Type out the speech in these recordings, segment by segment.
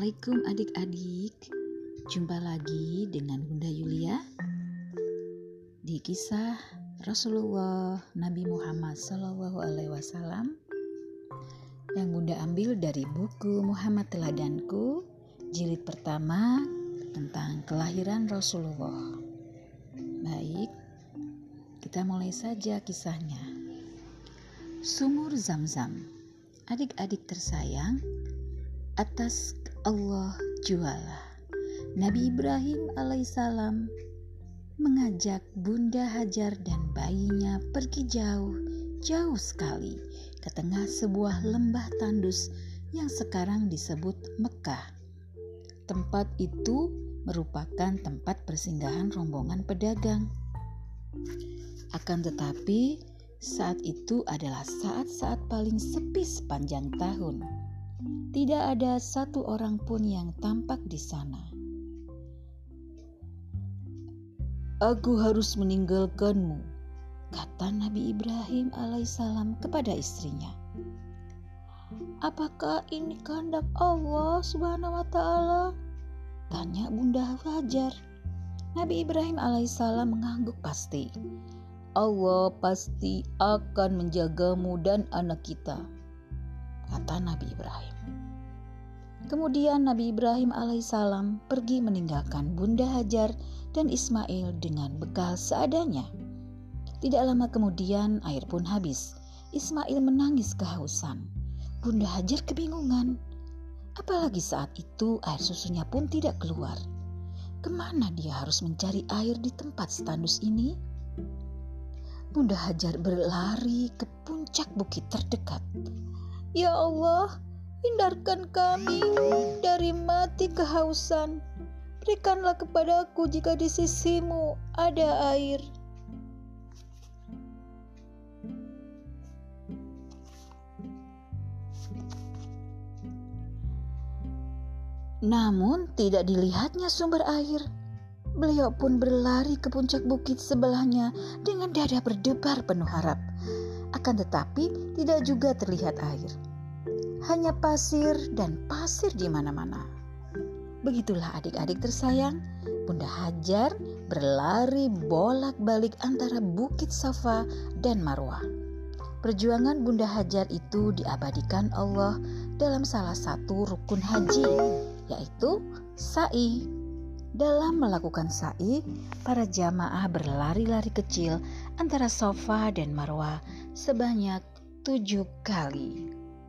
Assalamualaikum adik-adik. Jumpa lagi dengan Bunda Yulia di kisah Rasulullah Nabi Muhammad SAW yang Bunda ambil dari buku Muhammad Teladanku jilid pertama tentang kelahiran Rasulullah. Baik, kita mulai saja kisahnya. Sumur Zam-Zam. Adik-adik tersayang, atas Allah jualah. Nabi Ibrahim alaihissalam mengajak Bunda Hajar dan bayinya pergi jauh sekali ke tengah sebuah lembah tandus yang sekarang disebut Mekah. Tempat itu merupakan tempat persinggahan rombongan pedagang. Akan tetapi, saat itu adalah saat-saat paling sepi sepanjang tahun. Tidak ada satu orang pun yang tampak di sana. "Aku harus meninggalkanmu," kata Nabi Ibrahim alaihissalam kepada istrinya. "Apakah ini kehendak Allah subhanahu wa ta'ala?" tanya Bunda Hajar. Nabi Ibrahim alaihissalam mengangguk pasti. "Allah pasti akan menjagamu dan anak kita," kata Nabi Ibrahim. Kemudian Nabi Ibrahim alaihissalam pergi meninggalkan Bunda Hajar dan Ismail dengan bekal seadanya. Tidak lama kemudian air pun habis. Ismail menangis kehausan. Bunda Hajar kebingungan. Apalagi saat itu air susunya pun tidak keluar. Kemana dia harus mencari air di tempat tandus ini? Bunda Hajar berlari ke puncak bukit terdekat. "Ya Allah, hindarkan kami dari mati kehausan. Berikanlah kepadaku jika di sisimu ada air." Namun tidak dilihatnya sumber air. Beliau pun berlari ke puncak bukit sebelahnya dengan dada berdebar penuh harap. Akan tetapi tidak juga terlihat air. Hanya pasir dan pasir di mana-mana. Begitulah adik-adik tersayang, Bunda Hajar berlari bolak-balik antara Bukit Safa dan Marwah. Perjuangan Bunda Hajar itu diabadikan Allah dalam salah satu rukun haji, yaitu sa'i. Dalam melakukan sa'i, para jamaah berlari-lari kecil antara Safa dan Marwah sebanyak 7 kali.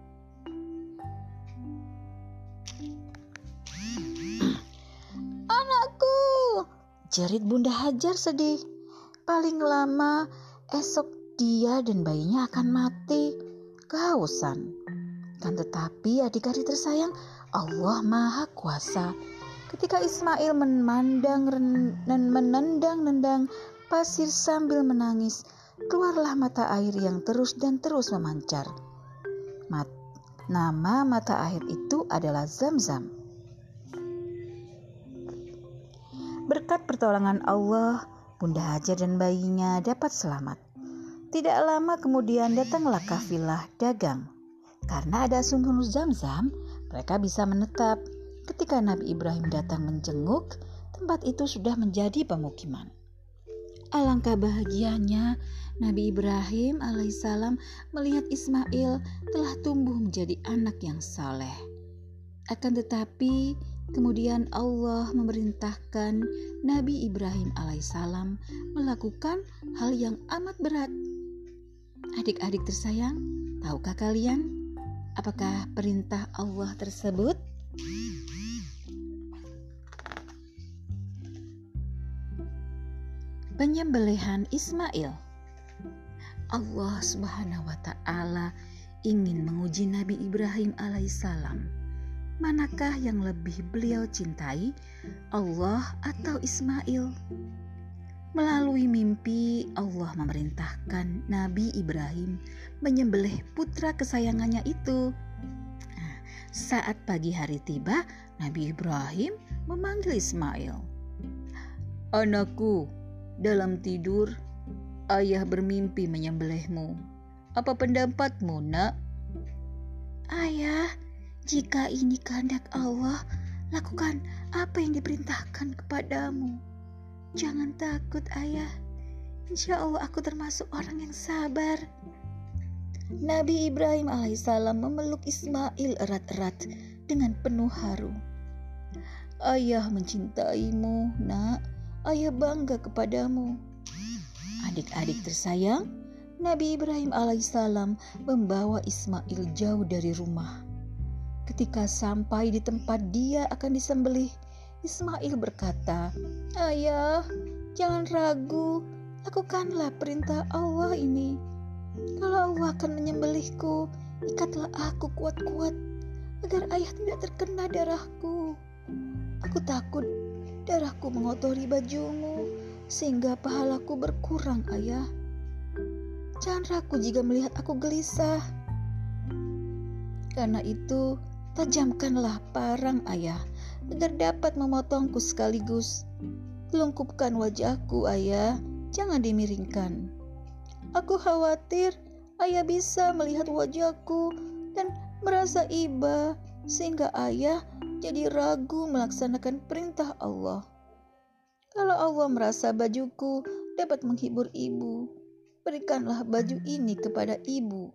"Anakku," jerit Bunda Hajar sedih. "Paling lama esok dia dan bayinya akan mati kehausan." Kan tetapi adik-adik tersayang, Allah Maha Kuasa. Ketika Ismail menendang-nendang pasir sambil menangis, keluarlah mata air yang terus dan terus memancar. Nama mata air itu adalah Zam-Zam. Berkat pertolongan Allah, Bunda Hajar dan bayinya dapat selamat. Tidak lama kemudian datanglah kafilah dagang. Karena ada sumur Zam-Zam, mereka bisa menetap. Ketika Nabi Ibrahim datang menjenguk, tempat itu sudah menjadi pemukiman. Alangkah bahagianya Nabi Ibrahim alaihissalam melihat Ismail telah tumbuh menjadi anak yang saleh. Akan tetapi kemudian Allah memerintahkan Nabi Ibrahim alaihissalam melakukan hal yang amat berat. Adik-adik tersayang, tahukah kalian apakah perintah Allah tersebut? Penyembelihan Ismail. Allah Subhanahu wa ta'ala ingin menguji Nabi Ibrahim alaihissalam. Manakah yang lebih beliau cintai, Allah atau Ismail? Melalui mimpi, Allah memerintahkan Nabi Ibrahim menyembelih putra kesayangannya itu. Saat pagi hari tiba, Nabi Ibrahim memanggil Ismail. "Anakku, dalam tidur, ayah bermimpi menyembelihmu. Apa pendapatmu, nak?" "Ayah, jika ini kehendak Allah, Lakukan apa yang diperintahkan kepadamu. Jangan takut, ayah. Insya Allah aku termasuk orang yang sabar. Nabi Ibrahim alaihissalam memeluk Ismail erat-erat dengan penuh haru. Ayah mencintaimu, nak. Ayah bangga kepadamu. Adik-adik tersayang, Nabi Ibrahim alaihissalam membawa Ismail jauh dari rumah. Ketika sampai di tempat dia akan disembelih, Ismail berkata, Ayah, jangan ragu, lakukanlah perintah Allah ini. Kalau Allah akan menyembelihku, ikatlah aku kuat-kuat, agar ayah tidak terkena darahku. Aku takut darahku mengotori bajumu, sehingga pahalaku berkurang, ayah. Jangan ragu jika melihat aku gelisah. Karena itu, tajamkanlah parang ayah, agar dapat memotongku sekaligus. Lengkupkan wajahku, ayah, jangan dimiringkan. Aku khawatir ayah bisa melihat wajahku dan merasa iba, sehingga ayah jadi ragu melaksanakan perintah Allah. Kalau Allah merasa bajuku dapat menghibur ibu, berikanlah baju ini kepada ibu.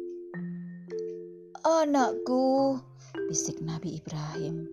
Anakku, bisik Nabi Ibrahim,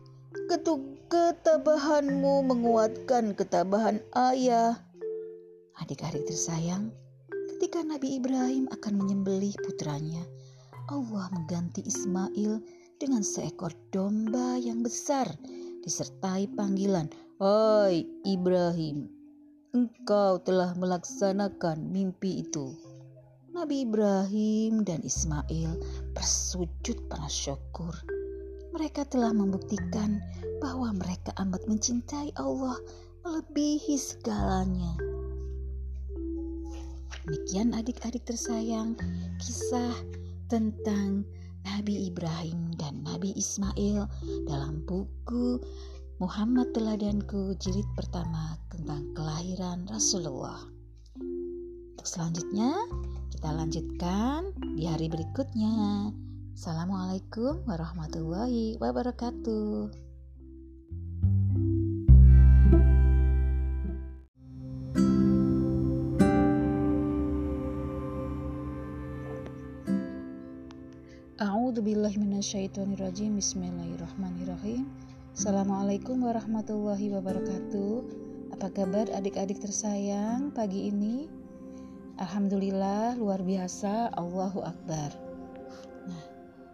ketabahanmu menguatkan ketabahan ayah. Adik-adik tersayang, ketika Nabi Ibrahim akan menyembelih putranya, Allah mengganti Ismail dengan seekor domba yang besar, disertai panggilan, Hai Ibrahim, engkau telah melaksanakan mimpi itu. Nabi Ibrahim dan Ismail bersujud penuh syukur. Mereka telah membuktikan bahwa mereka amat mencintai Allah melebihi segalanya. Demikian adik-adik tersayang, kisah tentang Nabi Ibrahim dan Nabi Ismail dalam buku Muhammad Teladanku jilid pertama tentang kelahiran Rasulullah. Untuk selanjutnya kita lanjutkan di hari berikutnya. Assalamualaikum warahmatullahi wabarakatuh. A'udzubillahi minasyaitonirrajim. Bismillahirrahmanirrahim. Assalamualaikum warahmatullahi wabarakatuh. Apa kabar adik-adik tersayang pagi ini? Alhamdulillah, luar biasa, Allahu Akbar. Nah,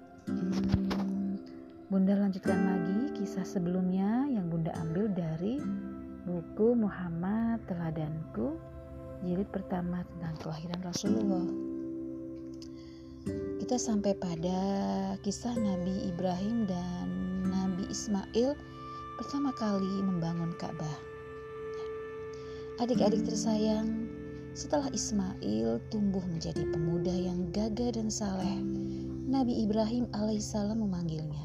Bunda lanjutkan lagi kisah sebelumnya yang Bunda ambil dari buku Muhammad Teladanku jilid pertama tentang kelahiran Rasulullah. Kita sampai pada kisah Nabi Ibrahim dan Nabi Ismail pertama kali membangun Ka'bah. Adik-adik tersayang, setelah Ismail tumbuh menjadi pemuda yang gagah dan saleh, Nabi Ibrahim alaihissalam memanggilnya.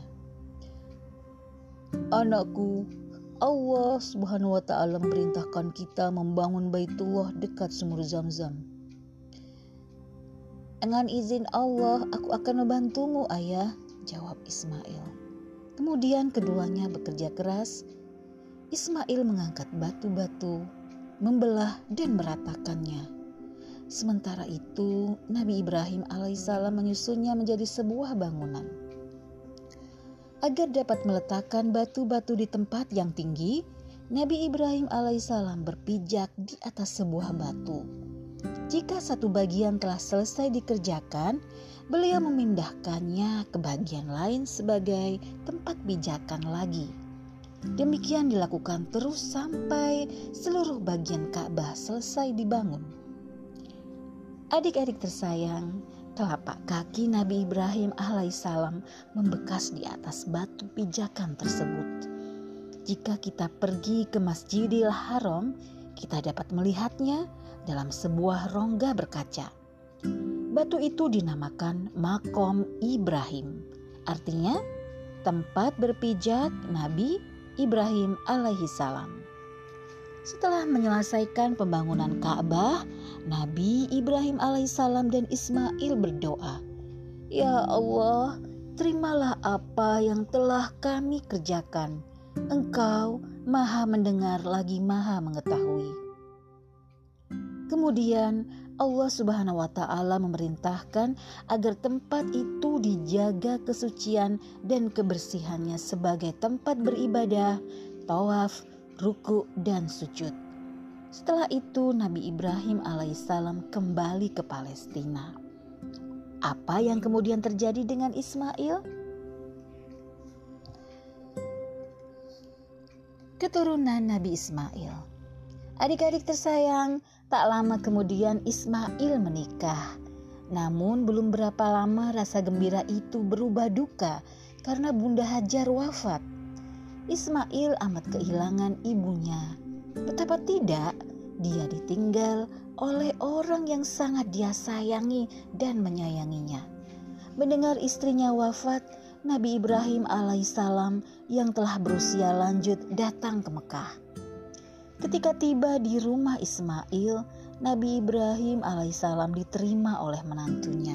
Anakku, Allah subhanahu wa ta'ala memerintahkan kita membangun Baitullah dekat sumur Zamzam. Dengan izin Allah, aku akan membantumu, ayah, jawab Ismail. Kemudian keduanya bekerja keras. Ismail mengangkat batu-batu, membelah dan meratakannya. Sementara itu, Nabi Ibrahim alaihissalam menyusunnya menjadi sebuah bangunan. Agar dapat meletakkan batu-batu di tempat yang tinggi, Nabi Ibrahim alaihissalam berpijak di atas sebuah batu. Jika satu bagian telah selesai dikerjakan, beliau memindahkannya ke bagian lain sebagai tempat pijakan lagi. Demikian dilakukan terus sampai seluruh bagian Ka'bah selesai dibangun. Adik-adik tersayang, telapak kaki Nabi Ibrahim alaihissalam membekas di atas batu pijakan tersebut. Jika kita pergi ke Masjidil Haram, kita dapat melihatnya dalam sebuah rongga berkaca. Batu itu dinamakan Maqam Ibrahim, artinya tempat berpijak Nabi Ibrahim alaihissalam. Setelah menyelesaikan pembangunan Ka'bah, Nabi Ibrahim alaihissalam dan Ismail berdoa, Ya Allah, terimalah apa yang telah kami kerjakan. Engkau Maha mendengar lagi Maha mengetahui." Kemudian Allah Subhanahu wa Ta'ala memerintahkan agar tempat itu dijaga kesucian dan kebersihannya sebagai tempat beribadah, tawaf, ruku, dan sujud. Setelah itu Nabi Ibrahim alaihissalam kembali ke Palestina. Apa yang kemudian terjadi dengan Ismail? Keturunan Nabi Ismail. Adik-adik tersayang, tak lama kemudian Ismail menikah. Namun belum berapa lama rasa gembira itu berubah duka karena Bunda Hajar wafat. Ismail amat kehilangan ibunya. Betapa tidak, dia ditinggal oleh orang yang sangat dia sayangi dan menyayanginya. Mendengar istrinya wafat, Nabi Ibrahim alaihissalam yang telah berusia lanjut datang ke Mekah. Ketika tiba di rumah Ismail, Nabi Ibrahim alaihissalam diterima oleh menantunya.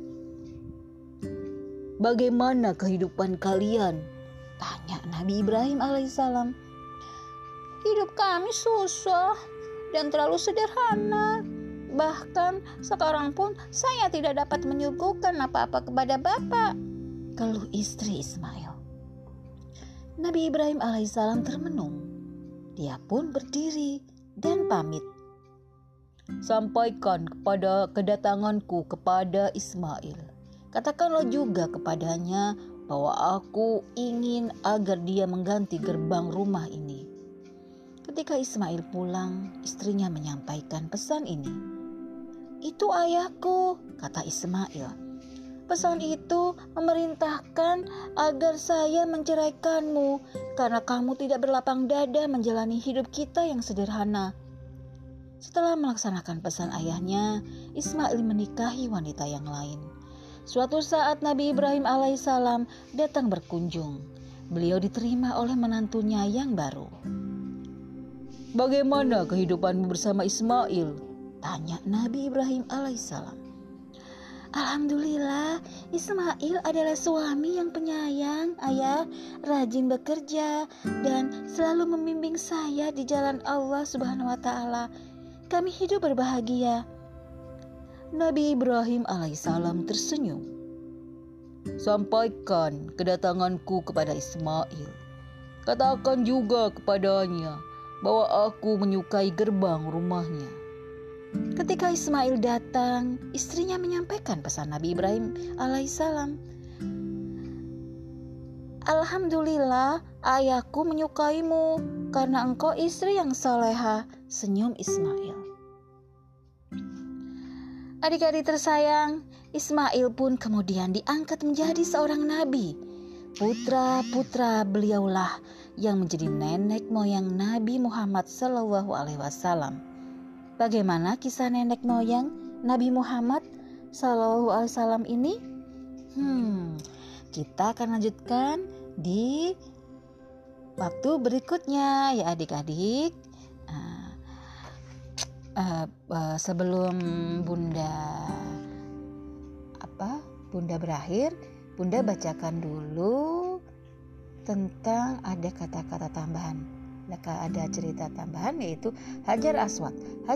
"Bagaimana kehidupan kalian?" tanya Nabi Ibrahim alaihissalam. "Hidup kami susah dan terlalu sederhana. Bahkan sekarang pun saya tidak dapat menyuguhkan apa-apa kepada Bapak," keluh istri Ismail. Nabi Ibrahim alaihissalam termenung. Dia pun berdiri dan pamit. "Sampaikan kedatanganku kepada Ismail. Katakanlah juga kepadanya bahwa aku ingin agar dia mengganti gerbang rumah ini." Ketika Ismail pulang, istrinya menyampaikan pesan ini. "Itu ayahku," kata Ismail. "Pesan itu memerintahkan agar saya menceraikanmu karena kamu tidak berlapang dada menjalani hidup kita yang sederhana." Setelah melaksanakan pesan ayahnya, Ismail menikahi wanita yang lain. Suatu saat Nabi Ibrahim alaihissalam datang berkunjung. Beliau diterima oleh menantunya yang baru. "Bagaimana kehidupanmu bersama Ismail?" tanya Nabi Ibrahim alaihissalam. "Alhamdulillah, Ismail adalah suami yang penyayang, ayah, rajin bekerja, dan selalu membimbing saya di jalan Allah Subhanahu wa Ta'ala. Kami hidup berbahagia." Nabi Ibrahim alaihissalam tersenyum. "Sampaikan kedatanganku kepada Ismail. Katakan juga kepadanya bahwa aku menyukai gerbang rumahnya." Ketika Ismail datang, istrinya menyampaikan pesan Nabi Ibrahim alaihissalam. "Alhamdulillah, ayahku menyukaimu karena engkau istri yang salehah," senyum Ismail. Adik-adik tersayang, Ismail pun kemudian diangkat menjadi seorang nabi. Putra-putra beliaulah yang menjadi nenek moyang Nabi Muhammad SAW. Bagaimana kisah nenek moyang Nabi Muhammad SAW ini? Kita akan lanjutkan di waktu berikutnya ya adik-adik. Sebelum Bunda berakhir, Bunda bacakan dulu tentang ada kata-kata tambahan. Ada cerita tambahan yaitu Hajar Aswad.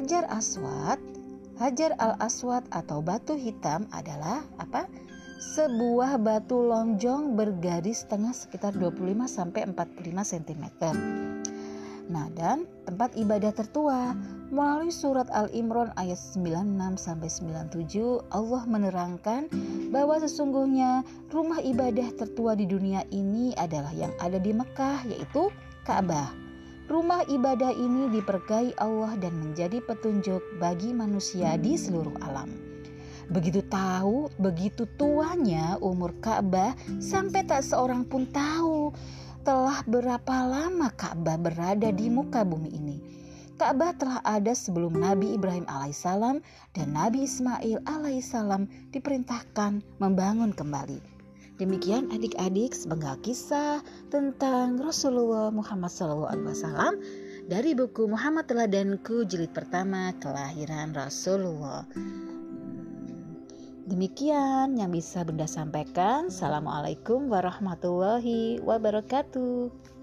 Hajar al-Aswad atau batu hitam adalah apa? Sebuah batu lonjong bergaris tengah sekitar 25-45 cm. Nah, dan tempat ibadah tertua. Melalui surat Al-Imran ayat 96-97, Allah menerangkan bahwa sesungguhnya rumah ibadah tertua di dunia ini adalah yang ada di Mekah, yaitu Ka'bah. Rumah ibadah ini diberkahi Allah dan menjadi petunjuk bagi manusia di seluruh alam. Begitu tuanya umur Ka'bah sampai tak seorang pun tahu telah berapa lama Ka'bah berada di muka bumi ini. Ka'bah telah ada sebelum Nabi Ibrahim alaihissalam dan Nabi Ismail alaihissalam diperintahkan membangun kembali. Demikian adik-adik sepenggal kisah tentang Rasulullah Muhammad SAW dari buku Muhammad Teladanku jilid pertama, Kelahiran Rasulullah. Demikian yang bisa Bunda sampaikan. Assalamualaikum warahmatullahi wabarakatuh.